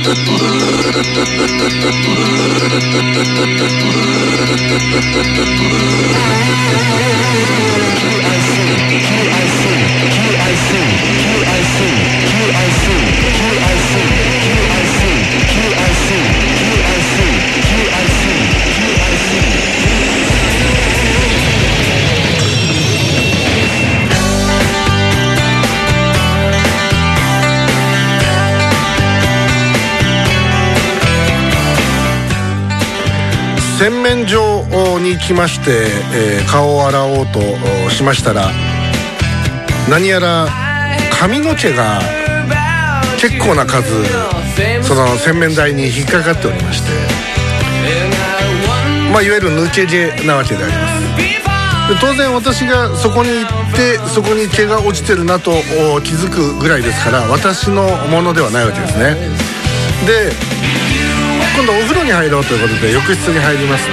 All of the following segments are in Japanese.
洗面所に行きまして、顔を洗おうとしましたら、何やら髪の毛が結構な数その洗面台に引っかかっておりまして、いわゆる抜け毛なわけであります。で当然私がそこに行ってそこに毛が落ちてるなと気づくぐらいですから、私のものではないわけですね。で今度お風呂に入ろうということで浴室に入りますと、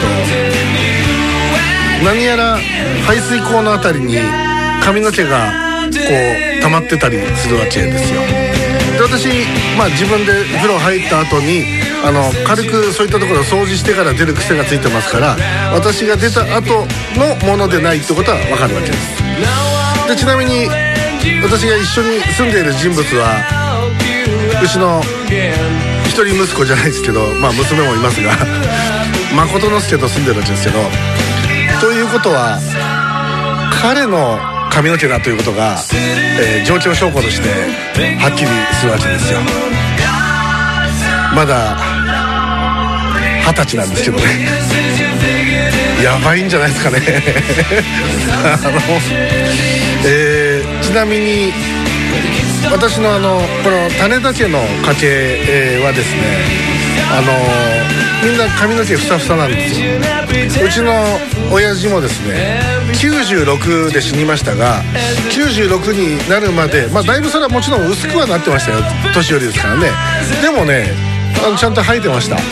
何やら排水口のあたりに髪の毛がこう溜まってたりするわけですよ。で私、自分で風呂入った後に軽くそういったところを掃除してから出る癖がついてますから、私が出た後のものでないってことは分かるわけです。でちなみに私が一緒に住んでいる人物はうちの一人息子じゃないですけど、娘もいますが誠之助と住んでるわけですけど、ということは彼の髪の毛だということが、状況証拠としてはっきりするわけですよ。まだ20歳なんですけどねやばいんじゃないですかねちなみに私のこの種田家の家系はですね、みんな髪の毛ふさふさなんですよ。うちの親父もですね96で死にましたが、96になるまでだいぶそれはもちろん薄くはなってましたよ、年寄りですからね。でもねちゃんと生えてましたで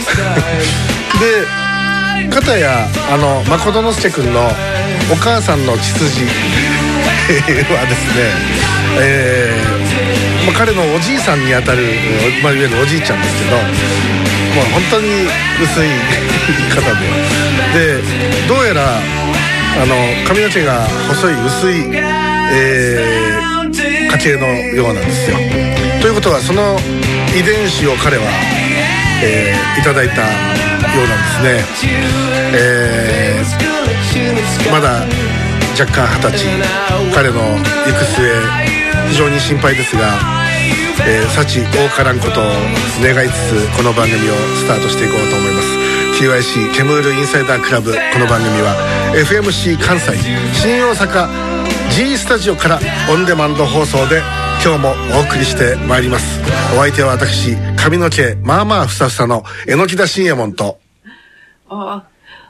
片や誠之助君のお母さんの血筋はですね、彼のおじいさんにあたる、いわゆるおじいちゃんですけど、本当に薄い方でどうやら髪の毛が細い薄い、家系のようなんですよ。ということはその遺伝子を彼は、いただいたようなんですね。まだ若干20歳、彼の行く末非常に心配ですが、幸多からんことを願いつつこの番組をスタートしていこうと思います。 TYC ケムールインサイダークラブ、この番組は FMC 関西新大阪 G スタジオからオンデマンド放送で今日もお送りしてまいります。お相手は私、髪の毛ふさふさの榎田信右衛門と、 あ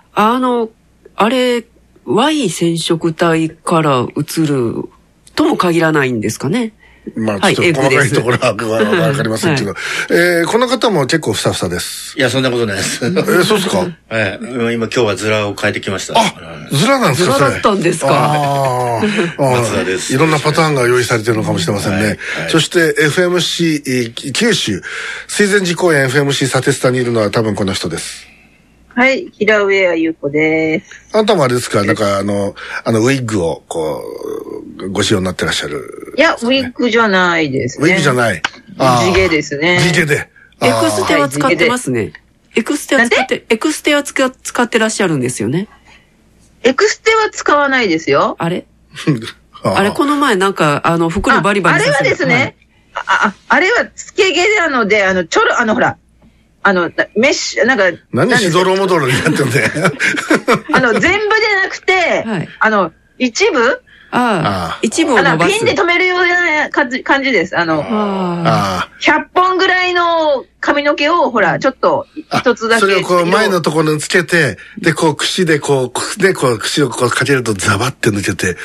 れ Y 染色体から移るとも限らないんですかね。 ちょっと細かいところはわかりませんけど、この方も結構ふさふさです。 いや、そんなことないです。 そうですか今日はズラを変えてきました。 ズラなんですか？ ズラだったんですか？ 松田です。 いろんなパターンが用意されているのかもしれませんね。そして FMC 九州水前寺公園 FMC サテスタにいるのは多分この人です。 はい、平上優子です。 あなたもあれですか、なんかウィッグをご使用になってらっしゃる、 いや、ウィッグじゃないですね。 ウィッグじゃない。 地毛ですね。 地毛で。 エクステは使ってますね。エクステは使ってらっしゃるんですよね。 エクステは使わないですよ。 あれこの前なんか、袋バリバリさせる。 あれはですね、あれはつけ毛なので、ほら、メッシュ、 何しどろもどろになってんだよ。 全部でなくて、一部一部を伸ばす。 ピンで止めるような感じです。100本ぐらいの髪の毛を、ほら、ちょっと、一つだけ。 それを前のところにつけて、で、櫛で櫛をかけるとザバって抜けて、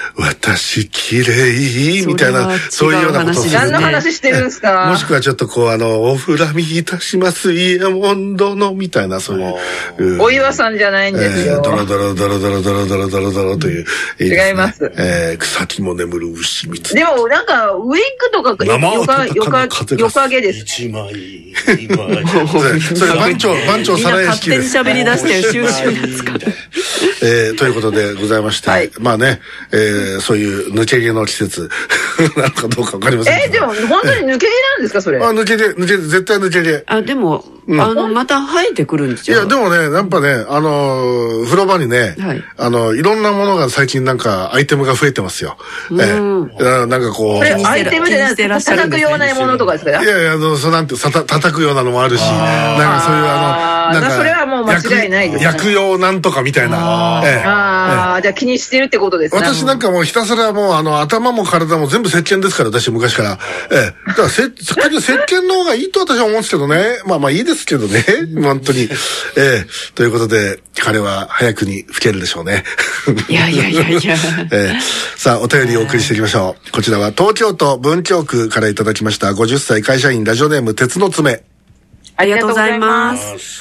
私綺麗みたいな、そういうようなことをする。 何の話してるんですか？ もしくはちょっとこう、お恨みいたします、イヤモンドの、みたいな、そういう。 お岩さんじゃないんですよ。 ドロドロドロドロドロドロドロドロという。 違います。 草木も眠る牛蜜。 でもなんか、ウィッグとか、よかげです。 一枚、二枚。 それ番長サラエ式です。 勝手に喋り出して、収集がつかない。 ということでございまして、まあね、そういう抜け毛の季節なのかどうかわかりませんけど。 でも本当に抜け毛なんですか、それ？ 抜け毛、絶対抜け毛。 でも、また生えてくるんですよ。 いや、でもね、やっぱね、風呂場にね、いろんなものが最近なんかアイテムが増えてますよ。なんかこう。 これアイテムでなんですか？叩くようなものとかですか？ いや、なんて、叩くようなのもあるし、なんかそういうなんか。 それはもう間違いないです。 薬用なんとかみたいな。 じゃあ気にしてるってことですね。 私なんかもうひたすらもう頭も体も全部石鹸ですから、私昔から。だから石鹸の方がいいと私は思うんですけどね。まあいいですけどね。本当に。ということで、彼は早くに老けるでしょうね。 いや。 さあ、お便りをお送りしていきましょう。こちらは東京都文京区からいただきました。50歳会社員ラジオネーム鉄の爪。 ありがとうございます。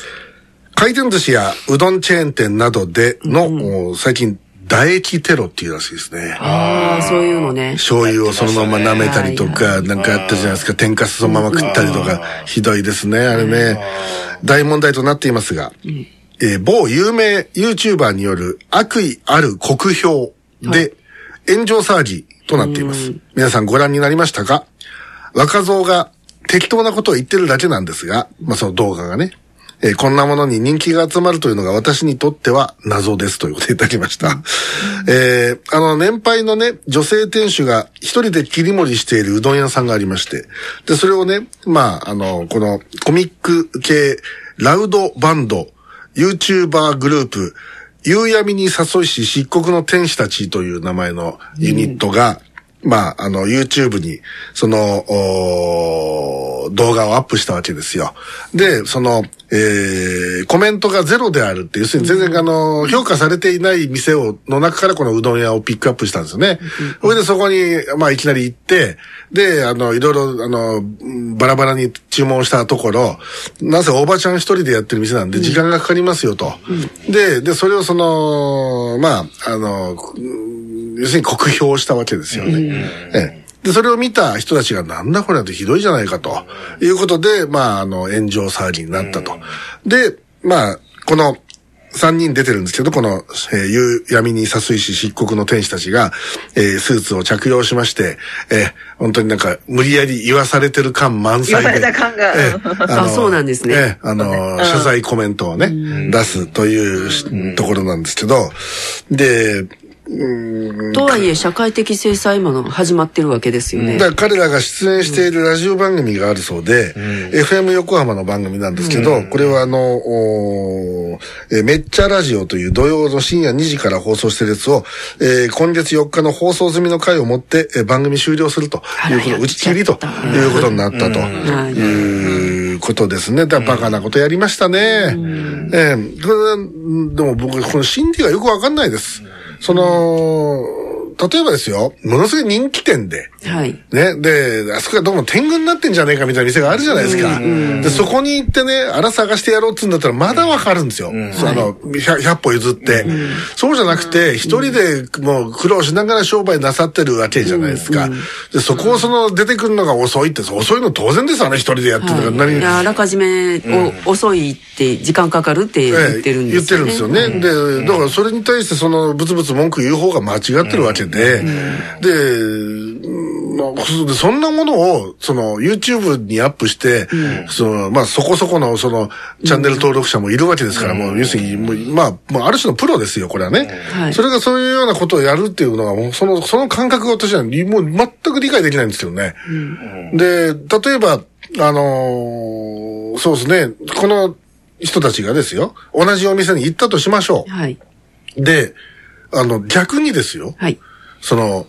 回転寿司やうどんチェーン店などでの、最近、唾液テロっていうらしいですね。 そういうのね。 醤油をそのまま舐めたりとか、なんかあったじゃないですか。天かすそのまま食ったりとか、ひどいですね、あれね。大問題となっていますが、某有名 YouTuber による悪意ある酷評で炎上騒ぎとなっています。皆さんご覧になりましたか？若造が適当なことを言ってるだけなんですが、その動画がね。こんなものに人気が集まるというのが私にとっては謎ですということでいただきました。年配のね、女性店主が一人で切り盛りしているうどん屋さんがありまして、で、それをね、このコミック系ラウドバンド、YouTuber グループ、夕闇に誘いし漆黒の天使たちという名前のユニットが、YouTube に、動画をアップしたわけですよ。で、コメントがゼロであるって、要するに全然評価されていない店の中からこのうどん屋をピックアップしたんですよね。それでそこに、いきなり行って、で、いろいろ、バラバラに注文したところ、なぜおばちゃん一人でやってる店なんで時間がかかりますよと。で、それを要するに酷評したわけですよね。で、それを見た人たちがなんだこれってひどいじゃないかということで、炎上騒ぎになったと。で、この3人出てるんですけど、この、夕闇に誘いし漆黒の天使たちが、スーツを着用しまして、本当になんか無理やり言わされてる感満載で。 言われた感が。 そうなんですね。 謝罪コメントをね、出すというところなんですけど、で、 とはいえ社会的制裁も始まってるわけですよね。 だから彼らが出演しているラジオ番組があるそうで、FM 横浜の番組なんですけど、これはめっちゃラジオという土曜の深夜2時から放送しているやつを、今月4日の放送済みの回をもって、番組終了するということ、打ち切りということになったということですね。だからバカなことやりましたね。でも僕、この心理がよくわかんないです。例えばですよ、ものすごい人気店で、ね、で、あそこがどうも天狗になってんじゃねえかみたいな店があるじゃないですか。で、そこに行ってね、あら探してやろうっつうんだったらまだわかるんですよ。100歩譲って。そうじゃなくて、一人でもう苦労しながら商売なさってるわけじゃないですか。で、そこを出てくるのが遅いって、遅いの当然ですよね、一人でやってるから。 あらかじめ遅いって時間かかるって言ってるんですよね。 言ってるんですよね。で、だからそれに対してブツブツ文句言う方が間違ってるわけで、そんなものを、YouTube にアップして、そこそこの、チャンネル登録者もいるわけですから、もう、要するに、ある種のプロですよ、これはね。それがそういうようなことをやるっていうのが、もう、その感覚が私は、もう全く理解できないんですけどね。で、例えば、そうですね、この人たちがですよ、同じお店に行ったとしましょう。で、逆にですよ。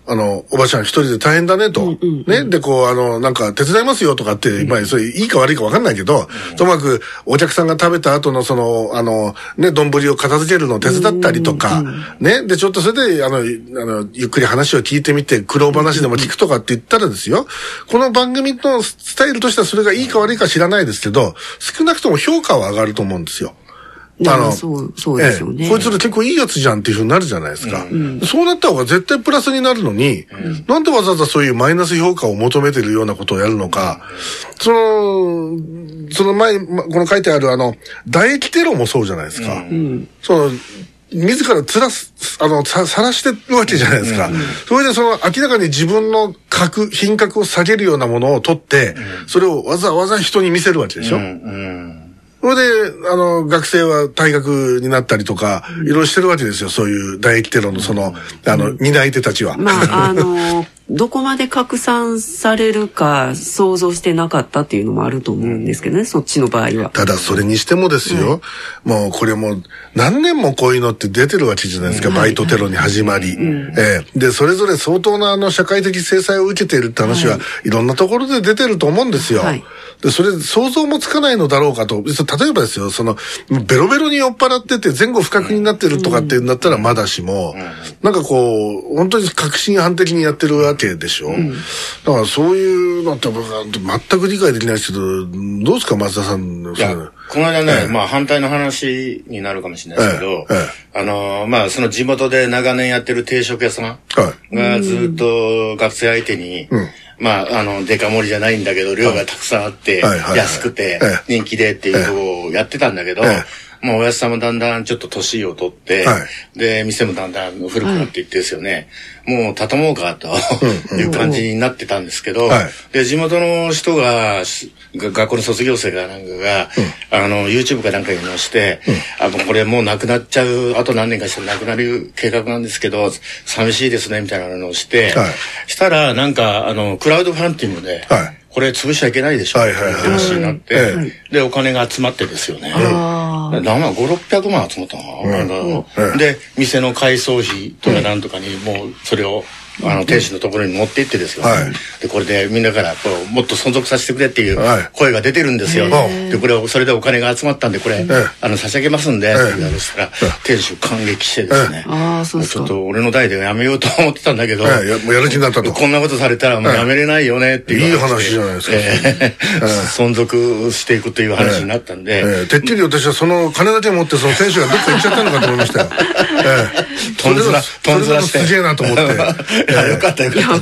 おばちゃん一人で大変だねと。ね。で、なんか手伝いますよとかって、まあ、それいいか悪いか分かんないけど、ともかくお客さんが食べた後のね、丼を片付けるのを手伝ったりとか、ね。で、ちょっとそれで、ゆっくり話を聞いてみて、苦労話でも聞くとかって言ったらですよ、この番組のスタイルとしてはそれがいいか悪いか知らないですけど、少なくとも評価は上がると思うんですよ。 そうですよね。 こいつら結構いいやつじゃんっていう風になるじゃないですか。そうなった方が絶対プラスになるのに、なんでわざわざそういうマイナス評価を求めてるようなことをやるのか、その前、この書いてある唾液テロもそうじゃないですか。自ら晒してるわけじゃないですか。それで明らかに自分の品格を下げるようなものを取って、それをわざわざ人に見せるわけでしょ。それで、学生は退学になったりとか、いろいろしてるわけですよ。そういう唾液テロの担い手たちは。 まあ、どこまで拡散されるか想像してなかったっていうのもあると思うんですけどね、そっちの場合は。 ただ、それにしてもですよ、もうこれもう何年もこういうのって出てるわけじゃないですか、バイトテロに始まり。で、それぞれ相当な社会的制裁を受けているって話はいろんなところで出てると思うんですよ。で、それ想像もつかないのだろうかと。例えばですよ、ベロベロに酔っ払ってて前後不覚になってるとかっていうんだったらまだしも、なんか本当に確信犯的にやってるわけでしょ。だからそういうのって僕は全く理解できないですけど、どうですか、松田さん。 いや、この間ね、まあ反対の話になるかもしれないですけど、まあその地元で長年やってる定食屋さんがずっと学生相手に、まあ、デカ盛りじゃないんだけど、量がたくさんあって、安くて、人気でっていうのをやってたんだけど、もうおやつさんもだんだんちょっと年を取って、で、店もだんだん古くなっていってですよね、もう畳もうかという感じになってたんですけど、で、地元の人が、学校の卒業生かなんかが、YouTube かなんかに載して、これもうなくなっちゃう、あと何年かしたらなくなる計画なんですけど、寂しいですね、みたいなのをして、したら、なんか、クラウドファンディングで、これ潰しちゃいけないでしょって話になって、で、お金が集まってですよね。5、600万集まったのかな。で、店の改装費とかなんとかにもうそれを、店主のところに持って行ってですよ。で、これでみんなからもっと存続させてくれっていう声が出てるんですよ。で、それでお金が集まったんで、これ、差し上げますんで、って言われたら、店主感激してですね。ちょっと俺の代でやめようと思ってたんだけど、 もうやる気になったと。 こんなことされたらもうやめれないよねっていう。 いい話じゃないですか。 存続していくという話になったんで。 てっきり私は金だけ持って店主がどっか行っちゃったのかと思いましたよ。 とんずらして。 すげえなと思って。 よかったよかった。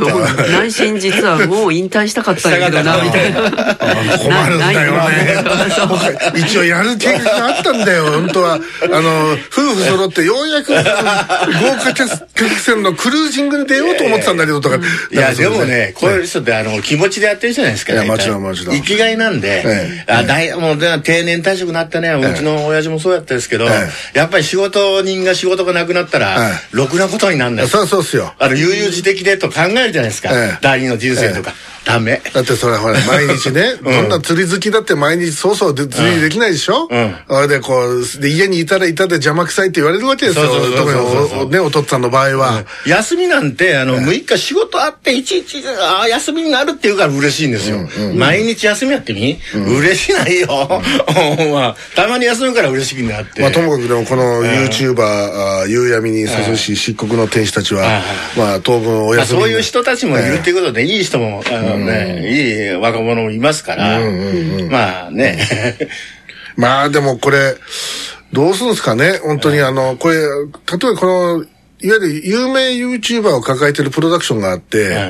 内心実はもう引退したかったんだけどな、みたいな。 困るんだよね。一応やる計画があったんだよ、本当は。夫婦揃ってようやく豪華客船のクルージングに出ようと思ってたんだけどとか。 いや、でもね、こういう人って気持ちでやってるじゃないですか。いや、 もちろんもちろん。 生きがいなんで、もう定年退職になったね、うちの親父もそうやったんですけど、やっぱり仕事がなくなったら、ろくなことになるんだよ。 そうっすよ。 悠々自適でと考えるじゃないですか。第二の人生とか。ダメ。 だってそれほら、毎日ね、どんな釣り好きだって毎日そう釣りできないでしょ。あれでで、家にいたらいたで邪魔くさいって言われるわけですよ。特にね、お父っつぁんの場合は。 休みなんて、6日仕事あって、いちいち、休みになるっていうから嬉しいんですよ。毎日休みやってみ嬉しないよ。たまに休むから嬉しくなって。 まあ、ともかくでもこの YouTuber、夕闇に誘し漆黒の天使たちは、まあ、当分お休み。 そういう人たちもいるっていうことで、いい人も、いい若者もいますから、まあね。 まあでもこれ、どうするんですかね、本当にこれ、例えばいわゆる有名 YouTuber を抱えてるプロダクションがあって、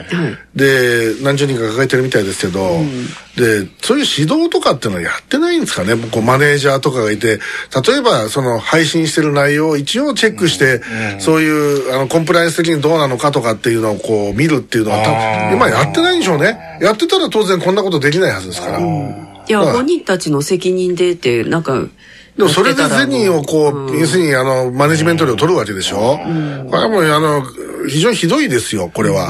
で、何十人か抱えてるみたいですけど、で、そういう指導とかっていうのはやってないんですかね、マネージャーとかがいて、例えば配信してる内容を一応チェックして、そういうコンプライアンス的にどうなのかとかっていうのを見るっていうのは今やってないんでしょうね。やってたら当然こんなことできないはずですから。いや、本人たちの責任でってなんか。 でもそれで銭を要するにマネジメント料を取るわけでしょ。これはもう非常にひどいですよ、これは。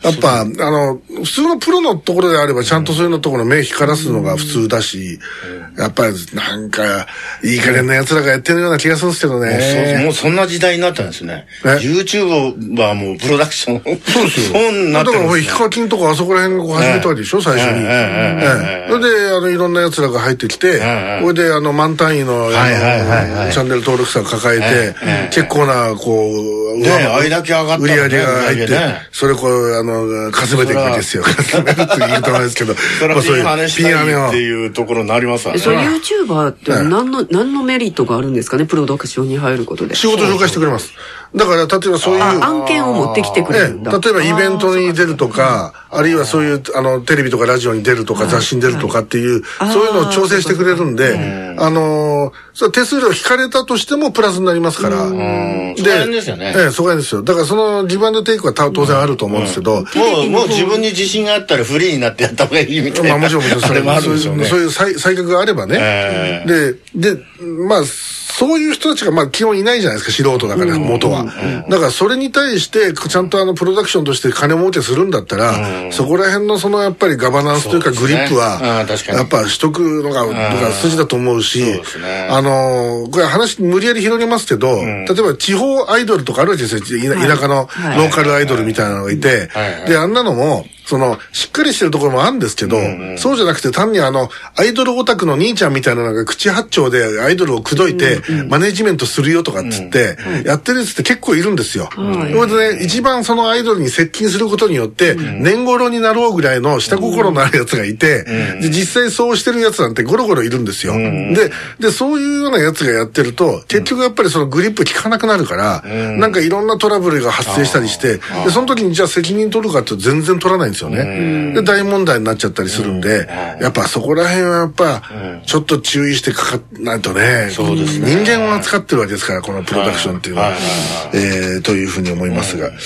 やっぱ、普通のプロのところであれば、ちゃんとそういうのところの目光らすのが普通だし、やっぱり、なんか、いい加減な奴らがやってるような気がするんですけどね。 もうそんな時代になったんですね。YouTube はもうプロダクション。 そうですよ。 そうなってるんですね。 だから、ヒカキンとかあそこら辺が始めたわけでしょ、最初に。それで、いろんな奴らが入ってきて、それで、満単位の、チャンネル登録者を抱えて、結構な、こう、 あれだけ上がった売り上げが入って、それこう、かすめていくわけですよ。かすめるって言うと思うんですけど、 それはピンハネしたいっていうところになりますわね。 それ YouTuber って何のメリットがあるんですかね、プロダクションに入ることで。 仕事紹介してくれます。だから、例えばそういう。 案件を持ってきてくれるんだ。 例えばイベントに出るとか、あるいはそういう、テレビとかラジオに出るとか、雑誌に出るとかっていう、そういうのを調整してくれるんで、手数料引かれたとしてもプラスになりますから。 で、そこらですよね。 そこらですよ。だからそのギブアンドテイクは当然あると思うんですけど。 もう自分に自信があったらフリーになってやった方がいいみたいな。 まあもちろん、それもあるんですよね。そういう才覚があればね。で、まあ、そういう人たちがまあ基本いないじゃないですか、素人だから、元は。だからそれに対して、ちゃんとプロダクションとして金儲けするんだったら、そこら辺のやっぱりガバナンスというかグリップは、やっぱしとくのが筋だと思うし、これ話無理やり広げますけど、例えば地方アイドルとかあるわけですよ。田舎のローカルアイドルみたいなのがいて、で、あんなのも、しっかりしてるところもあるんですけど、そうじゃなくて単にアイドルオタクの兄ちゃんみたいなのが口八丁でアイドルを口説いて、マネジメントするよとかっつって、やってるやつって結構いるんですよ。それでね、一番そのアイドルに接近することによって、年頃になろうぐらいの下心のあるやつがいて、で、実際そうしてるやつなんてゴロゴロいるんですよ。で、そういうようなやつがやってると、結局やっぱりそのグリップ効かなくなるから、なんかいろんなトラブルが発生したりして、で、その時にじゃあ責任取るかって全然取らないんですよね。で、大問題になっちゃったりするんで、やっぱそこら辺はやっぱ、ちょっと注意してかかないとね、人間を扱ってるわけですから、このプロダクションっていうのは、というふうに思いますが、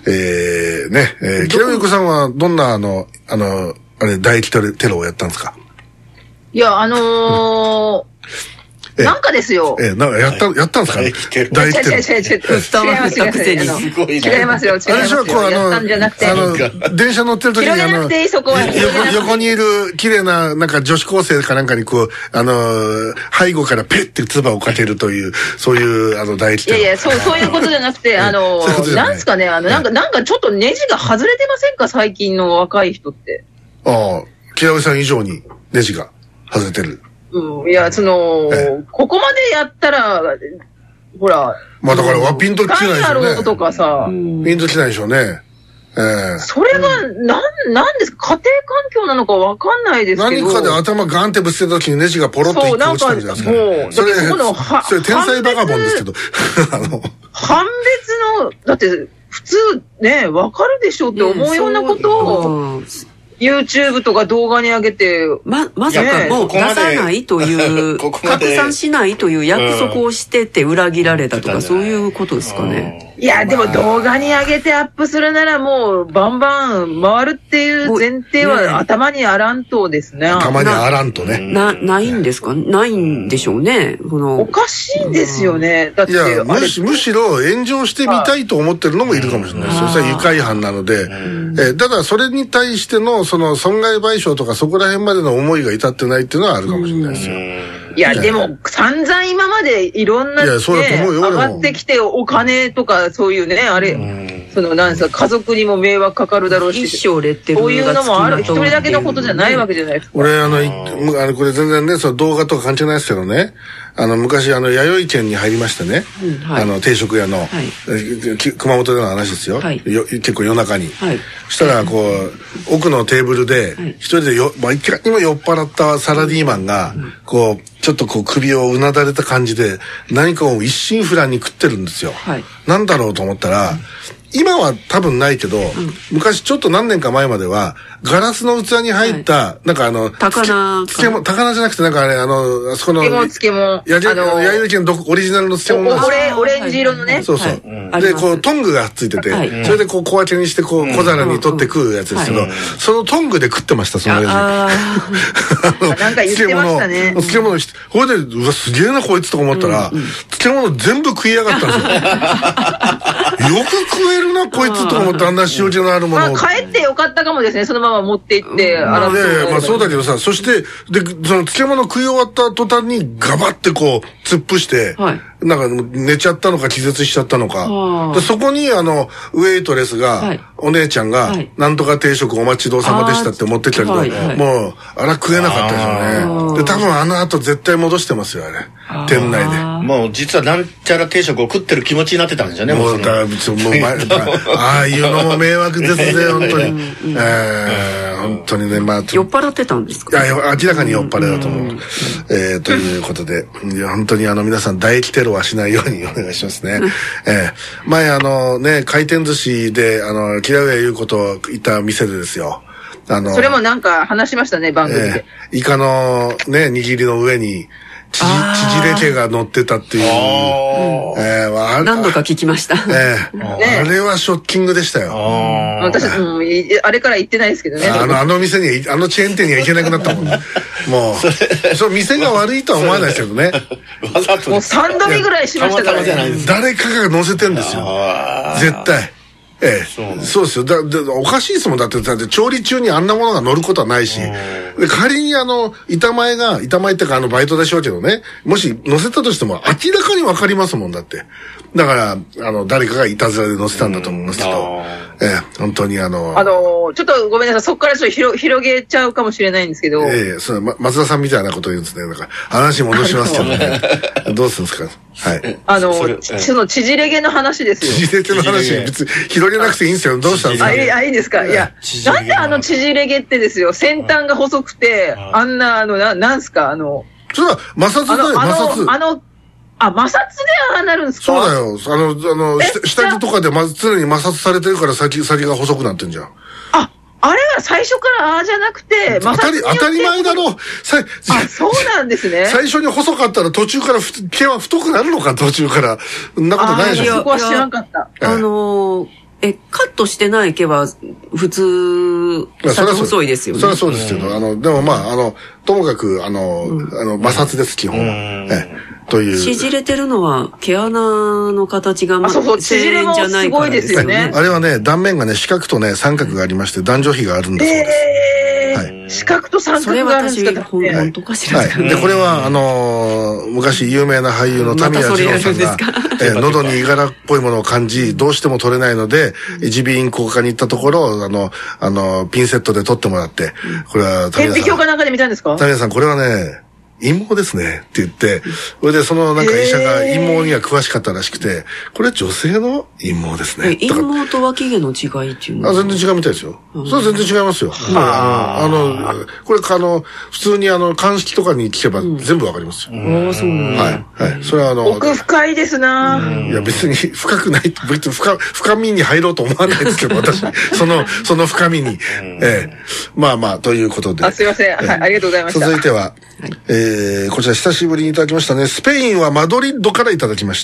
キラミコさんはどんな大気テロをやったんですか？ いや、なんかですよ。 なんかやったんですか？ 違いますよ。 あれでしょ、こう電車乗ってる時に横にいる綺麗な、なんか女子高生かなんかにこう、背後からペッて唾をかけるという、そういう大気テロ。 いやいや、そういうことじゃなくて、なんすかね、なんかちょっとネジが外れてませんか、最近の若い人って。 ああ、木田さん以上にネジが外れてる。 いや、ここまでやったら、ほら。 まあだからピンときないでしょうね。 とかさ。 ピンときないでしょうね。 それが、なんですか、家庭環境なのかわかんないですけど。 何かで頭ガンってぶつけた時にネジがポロッと一個落ちたんじゃないですか。それ天才バカボンですけど。 判別の、だって、普通ね、わかるでしょって思うようなことを、YouTube とか動画に上げて。 まさかもう出さないという、拡散しないという約束をしてて裏切られたとか、そういうことですかね。 いや、でも動画に上げてアップするならもうバンバン回るっていう前提は頭にあらんとですね。 頭にあらんとね。 ないんですか？ないんでしょうね。 おかしいんですよね。だって。いや、 むしろ炎上してみたいと思ってるのもいるかもしれないですよ。それは愉快犯なので。ただそれに対しての損害賠償とかそこら辺までの思いが至ってないっていうのはあるかもしれないですよ。 いや、でも、散々今までいろんな、上がってきてお金とか、そういうね、なんですか、家族にも迷惑かかるだろうし。 一生レッテルがつきまとう。 そういうのもある。一人だけのことじゃないわけじゃないですか。 俺、これ全然ね、動画とか関係ないですけどね、昔、弥生県に入りましてね、定食屋の、熊本での話ですよ。結構夜中に。そしたら、こう、奥のテーブルで、一人でいかにも酔っ払ったサラリーマンが、こう、ちょっとこう首をうなだれた感じで、何かを一心不乱に食ってるんですよ。なんだろうと思ったら、今は多分ないけど、昔ちょっと何年か前までは、ガラスの器に入った、なんか高菜じゃなくてなんかあそこの、 漬物。 弥生県オリジナルの漬物なんですよ。オレンジ色のね。 そうそう。で、こう、トングがついてて、それでこう小分けにして、こう、小皿に取って食うやつですけど、そのトングで食ってました、そのやつ。なんか言ってましたね。 漬物、これで、うわ、すげえなこいつとか思ったら、漬物全部食いやがったんですよ。 く食えるなこいつと思ってあんな塩気のあるものを。 帰ってよかったかもですね。そのまま持って行って。 まあそうだけどさ、そして、で、その漬物食い終わった途端にガバってこう、突っ伏して、なんか寝ちゃったのか気絶しちゃったのか。でそこにウェイトレスが、お姉ちゃんが、なんとか定食お待ちどうさまでしたって持ってきたけど、もう、あら食えなかったでしょうね。で、多分あの後絶対戻してますよ、あれ。店内で。 もう実はなんちゃら定食を食ってる気持ちになってたんですよね、 もう、ああいうのも迷惑ですね、本当に。本当にね、まあ。 酔っ払ってたんですか？ いや、明らかに酔っ払いだと思う。ということで、本当に皆さん唾液テロはしないようにお願いしますね。前ね、回転寿司で、木田上優子といた店でですよ。 それもなんか話しましたね、番組で。 イカのね、握りの上に、縮れ毛が乗ってたっていう。 何度か聞きました。 あれはショッキングでしたよ。 私、あれから行ってないですけどね。 あの店に、チェーン店には行けなくなったもんね。もう、その店が悪いとは思わないですけどね。 わざと。もう3度目ぐらいしましたからね。 誰かが乗せてんですよ。絶対。そうですよ。おかしいですもん。だって調理中にあんなものが乗ることはないし。で、仮に板前ってかバイトでしょうけどね。もし乗せたとしても明らかにわかりますもんだって。だから、誰かがいたずらで乗せたんだと思いますけど。本当にちょっとごめんなさい。そこからちょっと広げちゃうかもしれないんですけど。松田さんみたいなことを言うんですね。なんか、話戻しますけどね。どうするんですか？はい。 その縮れ毛の話ですよ。 縮れ毛の話、別に広げなくていいんですよ。どうしたんですか？ いいですか？いや、なんで縮れ毛ってですよ。先端が細くて、あんな、なんすか、 それは摩擦だよ、摩擦。 摩擦でああなるんですか？ そうだよ。下着とかで常に摩擦されてるから先が細くなってんじゃん。 あれは最初からああじゃなくて、 当たり前だろ。 そうなんですね。 最初に細かったら途中から毛は太くなるのか、途中から。そんなことないでしょ。 そこは知らんかった。 カットしてない毛は普通、細いですよね。 それはそうですけど、でもまあ、ともかく、摩擦です、基本は。という。 縮れてるのは毛穴の形が縮れもすごいですよね。 あれはね、断面がね、四角とね、三角がありまして、男女比があるんだそうです。 四角と三角があるんですか？ 本当かしら。 で、これは、昔有名な俳優の田宮二郎さんが、喉にいがらっぽいものを感じ、どうしても取れないので、耳鼻咽喉科に行ったところ、ピンセットで取ってもらって、これは田宮さん。顕微鏡かなんかで見たんですか？ 田宮さん、これはね、陰謀ですねって言って、それでなんか医者が陰謀には詳しかったらしくて、これ女性の陰謀ですね。 陰謀と脇毛の違いっていうのは？ 全然違うみたいですよ。それは全然違いますよ。これ普通に鑑識とかに聞けば全部わかりますよ。 そうなんだ。はい。それは奥深いですな。 いや別に深くない、別に深みに入ろうと思わないですけど、私。その深みに。まあまあ、ということで。 すいません。はい、ありがとうございました。 続いては、こちら久しぶりにいただきましたね。スペインはマドリッドからいただきました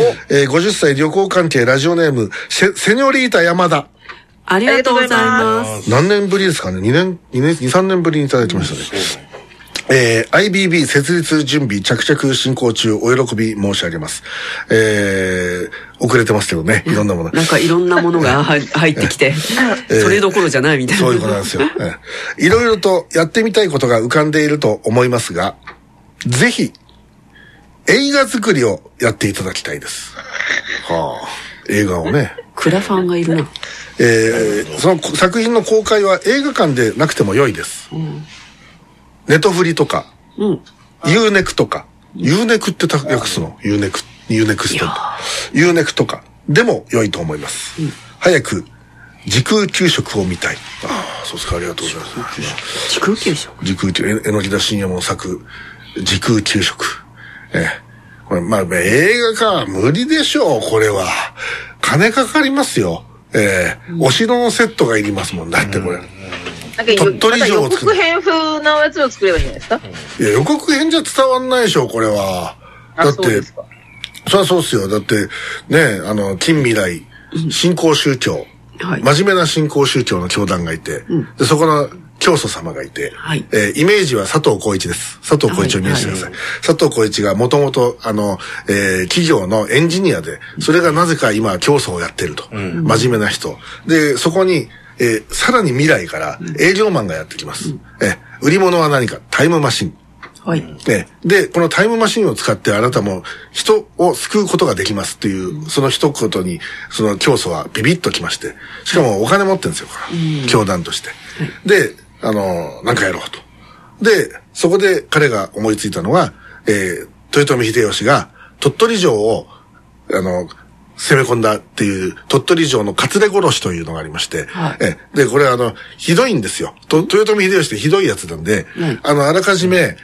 。50歳旅行関係ラジオネーム、セニョリータ山田。 ありがとうございます。 何年ぶりですかね？2、3年ぶりにいただきましたね。IBB 設立準備着々進行中、お喜び申し上げます。遅れてますけどね、いろんなもの。 なんかいろんなものが入ってきて、それどころじゃないみたいな。 そういうことなんですよ。いろいろとやってみたいことが浮かんでいると思いますが、ぜひ、映画作りをやっていただきたいです。映画をね。 クラファンがいるな。 その作品の公開は映画館でなくても良いです。ネトフリとか、ユーネクとか、ユーネクって訳すの？ユーネクスト。ユーネクとかでも良いと思います。早く時空給食を見たい。そうですか、ありがとうございます。 時空給食？ 榎田信也も作時空給食。これまあ映画か無理でしょう、これは。金かかりますよ。お城のセットがいりますもんだってこれ。 鳥取城を作る。予告編風なやつを作ればいいんじゃないですか？ いや、予告編じゃ伝わんないでしょ、これは。だって、そりゃそうっすよ。だって、ね、近未来、新興宗教、真面目な新興宗教の教団がいて、で、そこの教祖様がいて、イメージは佐藤浩市です。佐藤浩市をイメージしてください。佐藤浩市がもともと、企業のエンジニアで、それがなぜか今、教祖をやってると。真面目な人。で、そこに、さらに未来から営業マンがやってきます。売り物は何か、タイムマシン。で、このタイムマシンを使ってあなたも人を救うことができますっていう、その一言に、その教祖はビビッときまして、しかもお金持ってるんですよ、教団として。で、なんかやろうと。で、そこで彼が思いついたのが、豊臣秀吉が鳥取城を、攻め込んだっていう、鳥取城の勝手殺しというのがありまして、で、これひどいんですよ。豊臣秀吉ってひどいやつなんで、あらかじめ、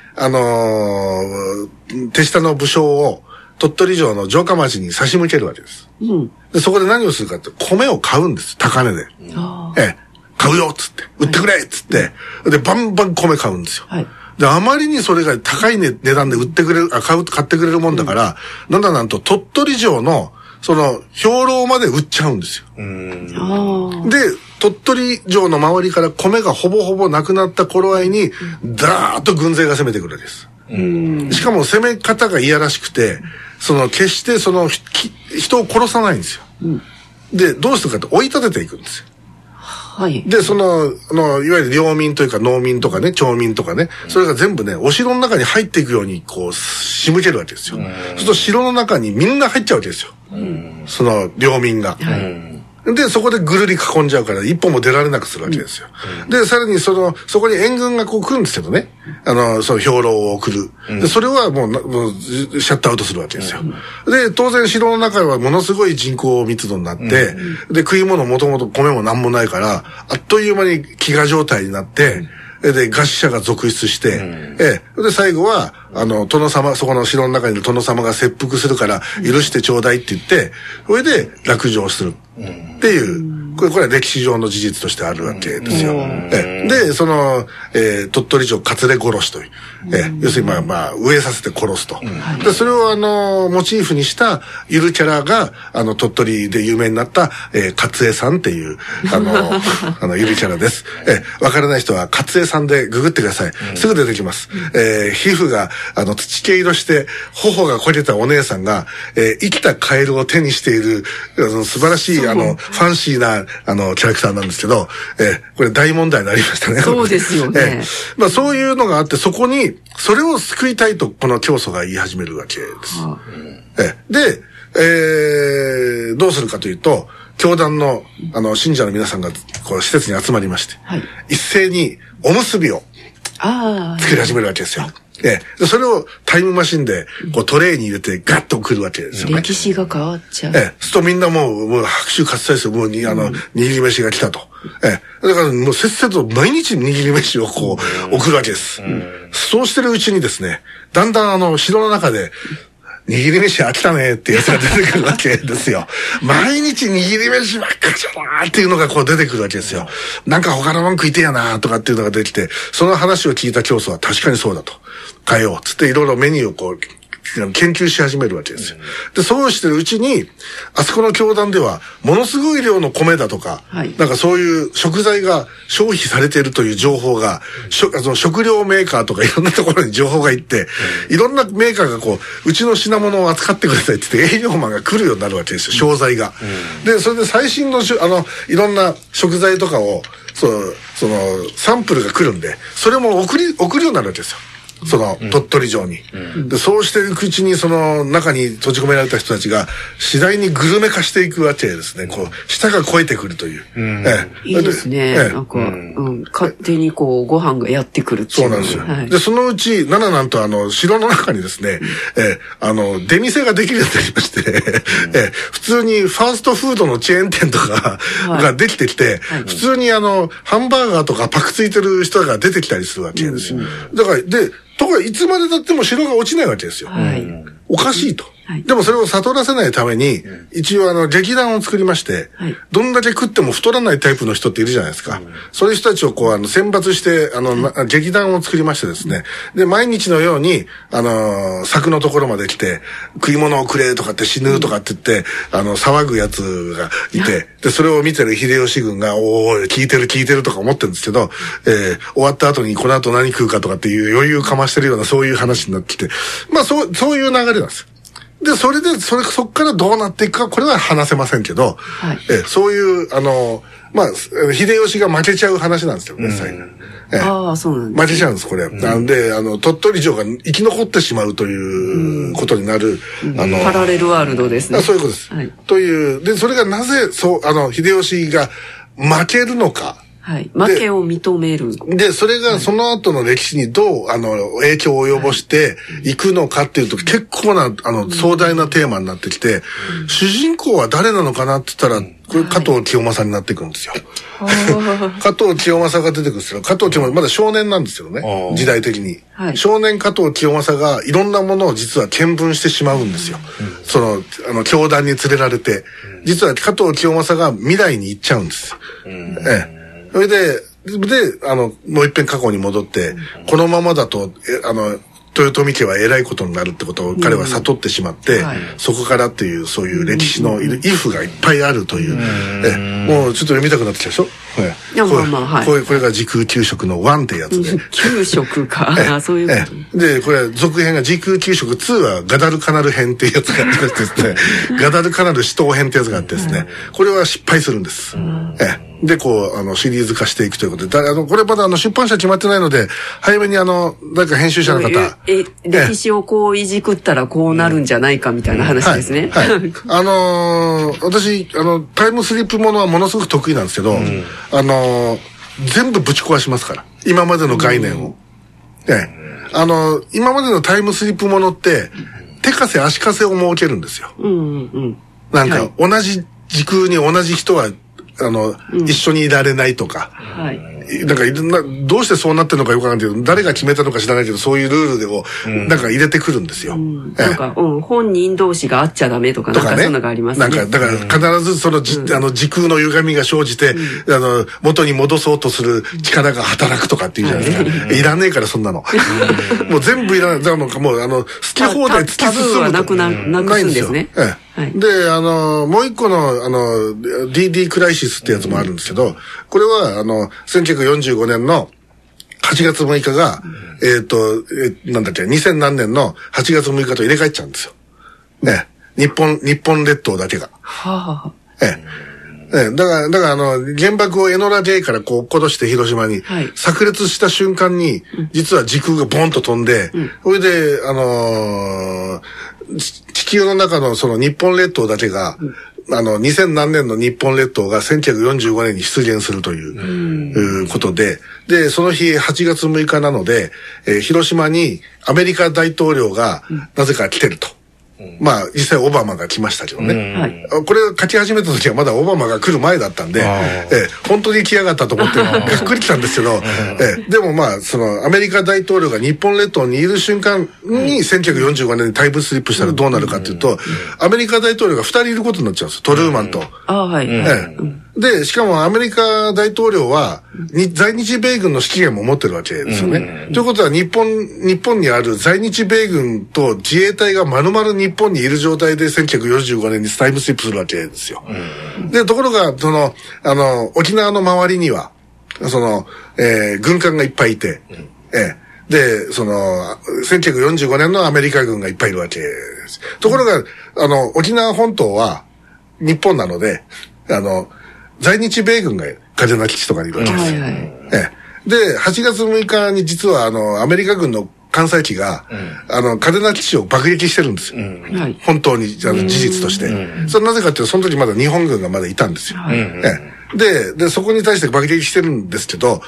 手下の武将を鳥取城の城下町に差し向けるわけです。で、そこで何をするかって、米を買うんです。高値で。買うよっつって、売ってくれっつって、で、バンバン米買うんですよ。で、あまりにそれが高い値段で売ってくれる、買ってくれるもんだから、なんと鳥取城の、その、兵糧まで売っちゃうんですよ。で、鳥取城の周りから米がほぼほぼなくなった頃合いに、ダーッと軍勢が攻めてくるわけです。しかも攻め方がいやらしくて、決して人を殺さないんですよ。で、どうするかって追い立てていくんですよ。で、いわゆる領民というか農民とかね、町民とかね、それが全部ね、お城の中に入っていくように、仕向けるわけですよ。そうすると城の中にみんな入っちゃうわけですよ。その領民が。で、そこでぐるり囲んじゃうから、一歩も出られなくするわけですよ。で、さらにそこに援軍が来るんですけどね。その兵糧を送る。で、それはもうシャットアウトするわけですよ。で、当然城の中はものすごい人口密度になって、で、食い物もともと米もなんもないから、あっという間に飢餓状態になって、で、餓死者が続出して、で、最後は、殿様、そこの城の中にいる殿様が切腹するから、許してちょうだいって言って、それで落城するっていう、これは歴史上の事実としてあるわけですよ。で、鳥取城勝手殺しという、要するに飢えさせて殺すと。で、それをモチーフにしたゆるキャラが、鳥取で有名になった、勝江さんっていう、ゆるキャラです。わからない人は勝江さんでググってください。すぐ出てきます。皮膚が、土系色して、頬が焦げたお姉さんが、生きたカエルを手にしている、素晴らしい、ファンシーな、キャラクターなんですけど、これ大問題になりましたね。 そうですよね。 そういうのがあって、そこに、それを救いたいと、この教祖が言い始めるわけです。で、どうするかというと、教団の、信者の皆さんが、施設に集まりまして、一斉におむすびを、作り始めるわけですよ。それをタイムマシンで、トレイに入れてガッと送るわけですよね。 歴史が変わっちゃう。 そうするとみんなもう拍手喝采する、もう握り飯が来たと。だからもうせっせと毎日握り飯を送るわけです。そうしてるうちにですね、だんだん城の中で、握り飯飽きたねっていうやつが出てくるわけですよ。毎日握り飯ばっかりじゃなーっていうのが出てくるわけですよ。なんか他のもん食いてえやなーとかっていうのが出てきて、その話を聞いた教祖は確かにそうだと。変えよう。つっていろいろメニューを研究し始めるわけですよ。で、そうしてるうちに、あそこの教団では、ものすごい量の米だとか、なんかそういう食材が消費されているという情報が、食料メーカーとかいろんなところに情報が行って、いろんなメーカーがうちの品物を扱ってくださいって言って営業マンが来るようになるわけですよ、商材が。で、それで最新のいろんな食材とかを、サンプルが来るんで、それも送るようになるわけですよ。鳥取城に。で、そうしていくうちに、中に閉じ込められた人たちが、次第にグルメ化していくわけですね。舌が肥えてくるという。 いいですね。なんか、勝手にご飯がやってくるっていう。 そうなんですよ。で、そのうち、なんと城の中にですね、出店ができるようになりまして、普通にファーストフードのチェーン店とかができてきて、普通にハンバーガーとかパクついてる人が出てきたりするわけですよ。だから、とかいつまで経っても城が落ちないわけですよ。おかしいと。 でもそれを悟らせないために、一応劇団を作りまして、どんだけ食っても太らないタイプの人っているじゃないですか。そういう人たちをこう、選抜して、劇団を作りましてですね。で、毎日のように、柵のところまで来て、食い物をくれとかって死ぬとかって言って、騒ぐやつがいて、で、それを見てる秀吉軍が、おー、聞いてるとか思ってるんですけど、終わった後にこの後何食うかとかっていう余裕かましてるような、そういう話になってきて、まあ、そういう流れなんです。で、そっからどうなっていくか、これは話せませんけど、そういう、まあ、秀吉が負けちゃう話なんですよ、実際に。 ああ、そうなんです、ね。 負けちゃうんです、これ。なんで、鳥取城が生き残ってしまうということになる、 パラレルワールドですね。 そういうことです。という、で、それがなぜ、秀吉が負けるのか。 負けを認める。 で、それがその後の歴史にどう、影響を及ぼしていくのかっていうと、結構な、壮大なテーマになってきて、主人公は誰なのかなって言ったら、これ加藤清正になってくるんですよ。加藤清正が出てくるんですよ。加藤清正、まだ少年なんですよね。時代的に。少年加藤清正がいろんなものを実は見聞してしまうんですよ。教団に連れられて。実は加藤清正が未来に行っちゃうんです。それで、もう一遍過去に戻って、このままだと、豊臣家は偉いことになるってことを彼は悟ってしまって、そこからっていう、そういう歴史のイフがいっぱいあるという、もうちょっと読みたくなってきたでしょ。これが時空給食の1ってやつで。 給食か。そういうこと。で、これ続編が時空給食2はガダルカナル編っていうやつがあってですね、ガダルカナル死闘編ってやつがあってですね、これは失敗するんです。で、こう、シリーズ化していくということで、これまだ出版社決まってないので、早めに誰か編集者の方。 歴史をこういじくったらこうなるんじゃないかみたいな話ですね。 私、タイムスリップものはものすごく得意なんですけど、全部ぶち壊しますから。今までの概念を。今までのタイムスリップものって、手かせ足かせを設けるんですよ。なんか、同じ時空に同じ人は、一緒にいられないとか。なんかどうしてそうなってるのかよくわかんないけど、誰が決めたのか知らないけど、そういうルールでも、なんか入れてくるんですよ。 なんか、本人同士が会っちゃダメとか、なんかそんなのがありますね。 なんか、だから必ず時空の歪みが生じて、元に戻そうとする力が働くとかっていうじゃないですか。いらねえから、そんなの。もう全部いらない。もう、好き放題突き進むと。 なくすんですね。 で、もう一個の、DD クライシスってやつもあるんですけど、これは、1945年の8月6日が、なんだっけ、2000何年の8月6日と入れ替えちゃうんですよ。ね。日本列島だけが。だから原爆をエノラ J からこう落っことして広島に、炸裂した瞬間に、実は時空がボンと飛んで、それで、地球の中のその日本列島だけが、2000何年の日本列島が1945年に出現するということで、で、その日8月6日なので、広島にアメリカ大統領がなぜか来てると。まあ、実際オバマが来ましたけどね。これ書き始めた時はまだオバマが来る前だったんで、本当に来やがったと思って、がっくり来たんですけど、でもまあ、アメリカ大統領が日本列島にいる瞬間に1945年にタイムスリップしたらどうなるかっていうと、アメリカ大統領が2人いることになっちゃうんですよ。トルーマンと。で、しかもアメリカ大統領は、在日米軍の指揮権も持ってるわけですよね。ということは日本にある在日米軍と自衛隊が丸々日本にいる状態で1945年にタイムスリップするわけですよ。で、ところが、沖縄の周りには、軍艦がいっぱいいて、で、1945年のアメリカ軍がいっぱいいるわけです。ところが、沖縄本島は日本なので、在日米軍が嘉手納基地とかにいるわけです。で、8月6日に実はアメリカ軍の艦載機が、嘉手納基地を爆撃してるんですよ。本当に、事実として。それなぜかっていうと、その時まだ日本軍がまだいたんですよ。で、そこに対して爆撃してるんですけど、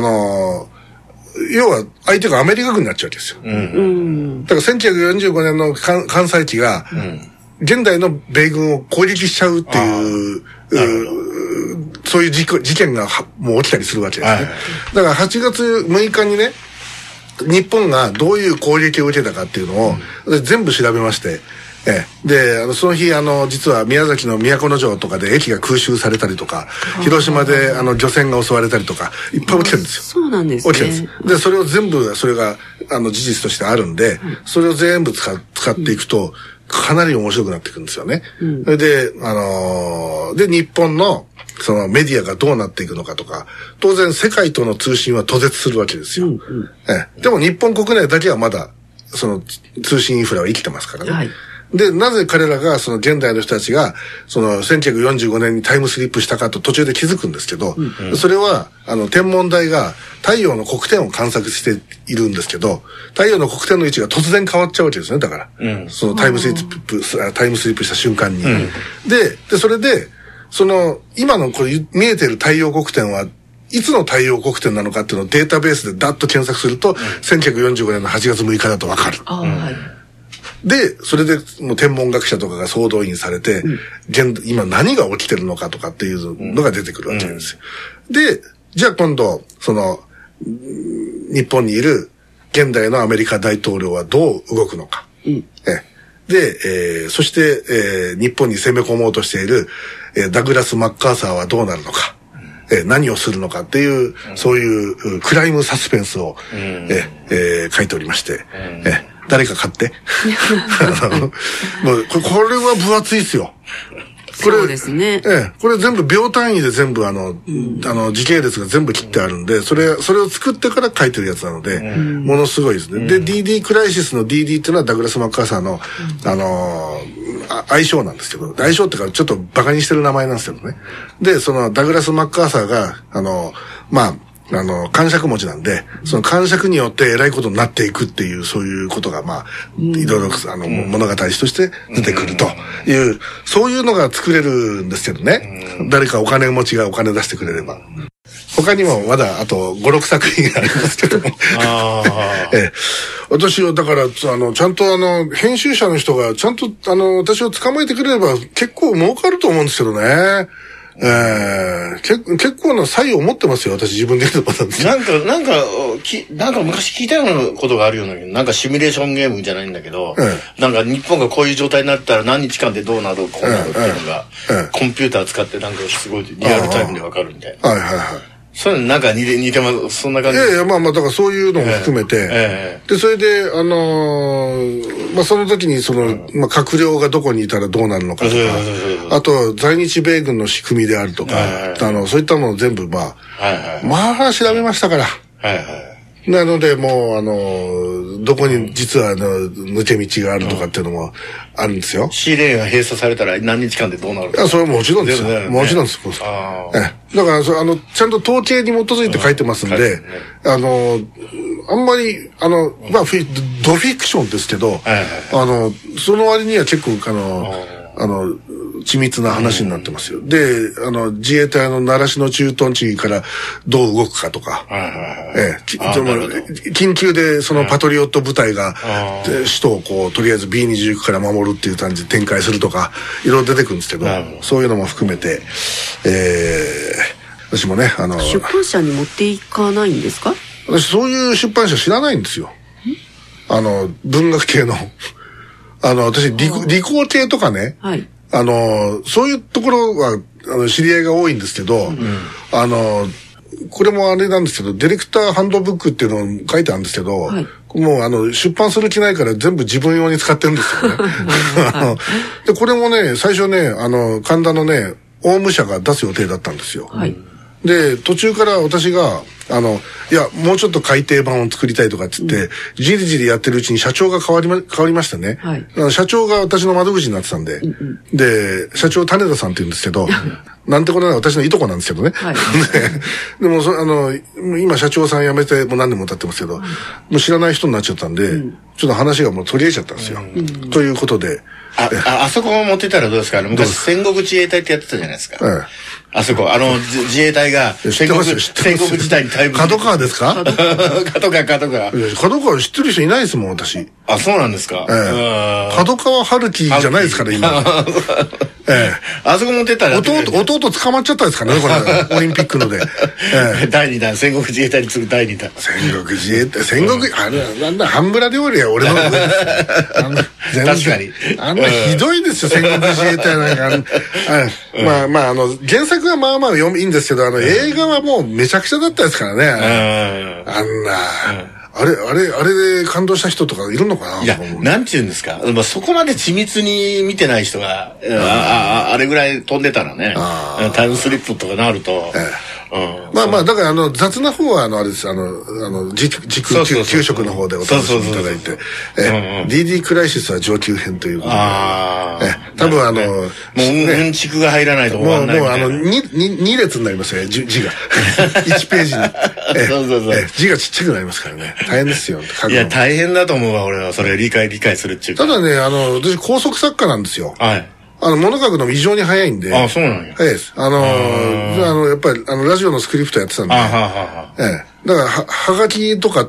要は相手がアメリカ軍になっちゃうわけですよ。だから1945年の艦載機が、現代の米軍を攻撃しちゃうっていう、そういう事件がもう起きたりするわけですね。だから8月6日にね、日本がどういう攻撃を受けたかっていうのを、全部調べまして、 で、その日、実は宮崎の都城とかで駅が空襲されたりとか、広島で、漁船が襲われたりとか、いっぱい起きてるんですよ。 そうなんですね。 起きてるんです。で、それを全部、それが、事実としてあるんで、それを全部使っていくと、かなり面白くなっていくんですよね。で、日本の、そのメディアがどうなっていくのかとか、当然世界との通信は途絶するわけですよ。でも日本国内だけはまだ、その通信インフラは生きてますからね。はい、で、なぜ彼らが、その現代の人たちが、その1945年にタイムスリップしたかと途中で気づくんですけど、それは、天文台が太陽の黒点を観測しているんですけど、太陽の黒点の位置が突然変わっちゃうわけですね、だから。そのタイムスリップした瞬間に。で、それで、その、今のこれ見えてる太陽黒点はいつの太陽黒点なのかっていうのをデータベースでダッと検索すると、1945年の8月6日だとわかる。で、それでもう天文学者とかが総動員されて、今何が起きてるのかとかっていうのが出てくるわけですよ。で、じゃあ今度、その、日本にいる現代のアメリカ大統領はどう動くのか。で、そして、日本に攻め込もうとしている、ダグラス・マッカーサーはどうなるのか。何をするのかっていう、そういうクライムサスペンスを、書いておりまして、誰か買って。もうこれは分厚いですよ。これそうですね。 これ全部秒単位で全部時系列が全部切ってあるんで、それを作ってから書いてるやつなので、ものすごいですね。で、DD クライシスの DD っていうのはダグラス・マッカーサーの、愛称なんですけど、愛称っていうかちょっと馬鹿にしてる名前なんですけどね。で、そのダグラス・マッカーサーが、感触持ちなんで、その感触によって偉いことになっていくっていう、そういうことが、いろいろ、物語として出てくるという、そういうのが作れるんですけどね。誰かお金持ちがお金出してくれれば。他にもまだあと5、6作品ありますけども。私はだから、ちゃんと編集者の人がちゃんと私を捕まえてくれれば結構儲かると思うんですけどね。結構な才を持ってますよ、私自分で言うと思ったんですよ。 なんか昔聞いたようなことがあるような、なんかシミュレーションゲームじゃないんだけど、なんか日本がこういう状態になったら何日間でどうなる、こうなるっていうのが、コンピューター使ってなんかすごいリアルタイムでわかるみたいな。そういうのなんか似てます、そんな感じ。 だからそういうのも含めて、で、それで、その時に閣僚がどこにいたらどうなるのかとか、あと、在日米軍の仕組みであるとか、そういったものを全部、調べましたから。なので、もう、どこに実は、抜け道があるとかっていうのもあるんですよ。 シーレーンが閉鎖されたら何日間でどうなるか。 それはもちろんですよ。もちろんです。だから、ちゃんと統計に基づいて書いてますんで、あんまり、ドフィクションですけど、その割には結構、緻密な話になってますよ。で、自衛隊の習志野駐屯地からどう動くかとか、緊急でそのパトリオット部隊が、首都をこう、とりあえず B29 から守るっていう感じで展開するとか、いろいろ出てくるんですけど、そういうのも含めて、私もね、 出版社に持っていかないんですか？ 私、そういう出版社知らないんですよ。文学系の。私、理工系とかね、そういうところは、知り合いが多いんですけど、これもあれなんですけど、ディレクターハンドブックっていうのを書いてあるんですけど、もう出版する気ないから全部自分用に使ってるんですよね。で、これもね、最初ね、神田のね、オウム社が出す予定だったんですよ。で、途中から私が、いや、もうちょっと改訂版を作りたいとかって言って、じりじりやってるうちに社長が変わりましたね。社長が私の窓口になってたんで、で、社長種田さんって言うんですけど、なんてことない私のいとこなんですけどね。でも、今社長さん辞めてもう何年も経ってますけど、もう知らない人になっちゃったんで、ちょっと話がもう取り合えちゃったんですよ。ということで。 あそこも持ってたらどうですか？昔戦国自衛隊ってやってたじゃないですか。あそこ、自衛隊が戦国時代に対角川ですか？ 角川。角川知ってる人いないですもん、私。 あ、そうなんですか。 角川春樹じゃないですから、今。 あそこ持ってったら弟捕まっちゃったんですかね、これオリンピックので。 第2弾、戦国自衛隊に次ぐ第2弾。 戦国自衛隊、あれなんだ、半ブラ料理は俺の上です。 確かに。 あんなひどいですよ、戦国自衛隊なんか。まあ原作はまあまあいいんですけど、映画はもうめちゃくちゃだったですからね。あんな。あれで感動した人とかいるのかな。 いや、なんて言うんですか。そこまで緻密に見てない人が、あれぐらい飛んでたらね、タイムスリップとかなると。 まあだから雑な方はあれです、給食の方でお楽しみいただいて、DD クライシスは上級編ということで、多分もううんちくが入らないと終わんない。 もう2列になりますよ、字が。1ページに。字がちっちゃくなりますからね。大変ですよ。 いや、大変だと思うわ、俺は。それ理解するっていうか。 ただね、私高速作家なんですよ。 はい。 物書くのも異常に早いんで。 あ、そうなんや。 早いです。やっぱり、ラジオのスクリプトやってたんで。だから、はがきとかって、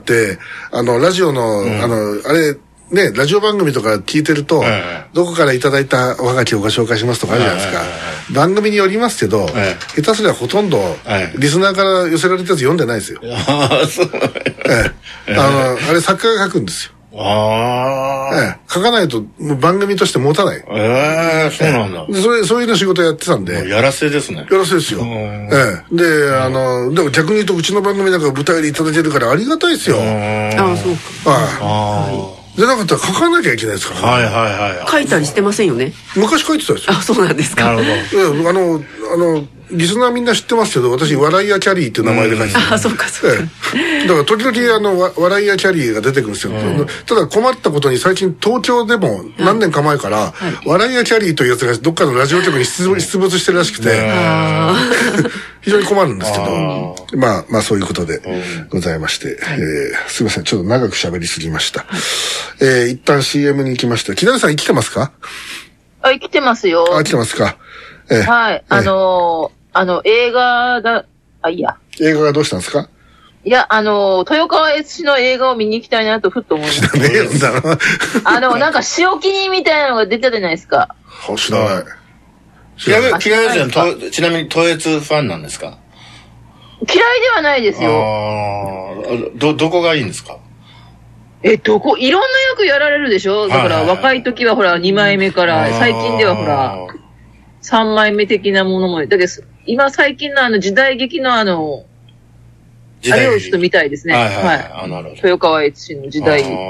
ラジオの、あれ、ね、ラジオ番組とか聞いてると、どこからいただいたおはがきをご紹介しますとかあるじゃないですか。番組によりますけど、下手すりゃほとんど、リスナーから寄せられたやつ読んでないですよ。 ああ、そうあれ作家が書くんですよ。書かないと番組として持たない。 そうなんだ。 そういうの仕事やってたんで。 やらせですね。 やらせですよ。で、でも逆に言うとうちの番組なんか舞台でいただけるからありがたいですよ。 ああ、そうか。 でなかったら書かなきゃいけないですからね。書いたりしてませんよね。 昔書いてたんですよ。 あ、そうなんですか。 なるほど。リスナーみんな知ってますけど、私、笑いやキャリーっていう名前で書いてた。 あ、そうか、そうか。 だから、時々、笑いやキャリーが出てくるんですよ。ただ、困ったことに、最近、東京でも、何年か前から、笑いやキャリーというやつが、どっかのラジオ局に出没してるらしくて、非常に困るんですけど、まあ、そういうことでございまして、すいません、ちょっと長く喋りすぎました。一旦 CM に行きました。木田さん、生きてますか？ 生きてますよ。 生きてますか？ はい。映画が、いいや。 映画がどうしたんですか？ いや、豊川悦司の映画を見に行きたいなとふっと思いました。 知らねえんだな。 なんか、塩気にみたいなのが出たじゃないですか。 知らない。 ちなみに、東越ファンなんですか？ 嫌いではないですよ。 どこがいいんですか？ いろんな役やられるでしょ？だから、若い時はほら、2枚目から、最近ではほら、3枚目的なものも、だけど、今最近の時代劇のあれをちょっと見たいですね。はい。豊川悦司の時代劇。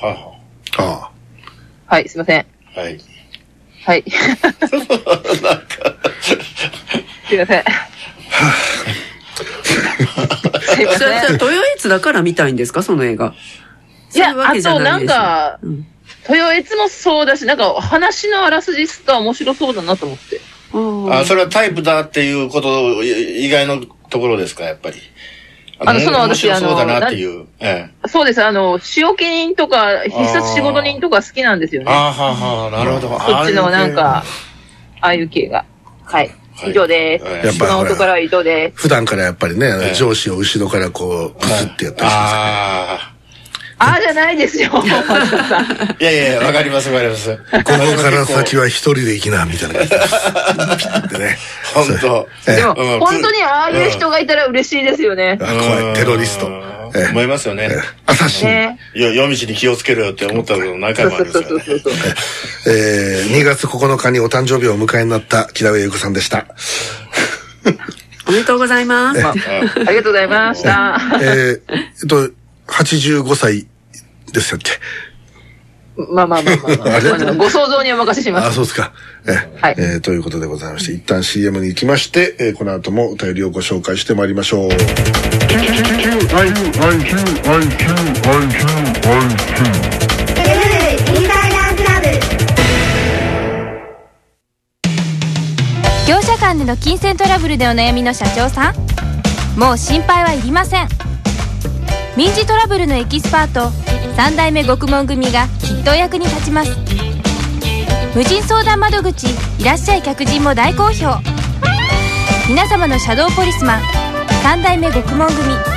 はい、すいません。 はい。 はい。すいません。 すいません。豊悦だから見たいんですか、その映画。 いや、あとなんか、豊悦もそうだし、なんか話のあらすじが面白そうだなと思って。 それはタイプだっていうこと以外のところですか、やっぱり。 私、 そうだなっていう。 そうです。仕置人とか、必殺仕事人とか好きなんですよね。 なるほど。 そっちのなんか、ああいう系が。はい。以上です。 やっぱりから以上です。 普段からやっぱりね、上司を後ろからこう、プスってやったりしますね。 じゃないですよ。 いや、わかります。ここから先は一人で行きな、みたいな感じです。でね。 本当。 でも、本当にああいう人がいたら嬉しいですよね。 怖い、テロリスト。 思いますよね。 アサシン。 夜道に気をつけろよって思ったこと何回もありますよね。 2月9日にお誕生日をお迎えになった木田上優子さんでした。 おめでとうございます。 ありがとうございました。 85歳でしたっけ？ まあ。ご想像にお任せします。 そうですか。ということでございまして、一旦 CM に行きまして、この後もお便りをご紹介してまいりましょう。 業者間での金銭トラブルでお悩みの社長さん、もう心配はいりません。民事トラブルのエキスパート3代目獄門組がきっとお役に立ちます。無人相談窓口いらっしゃい客人も大好評。皆様のシャドーポリスマン3代目獄門組。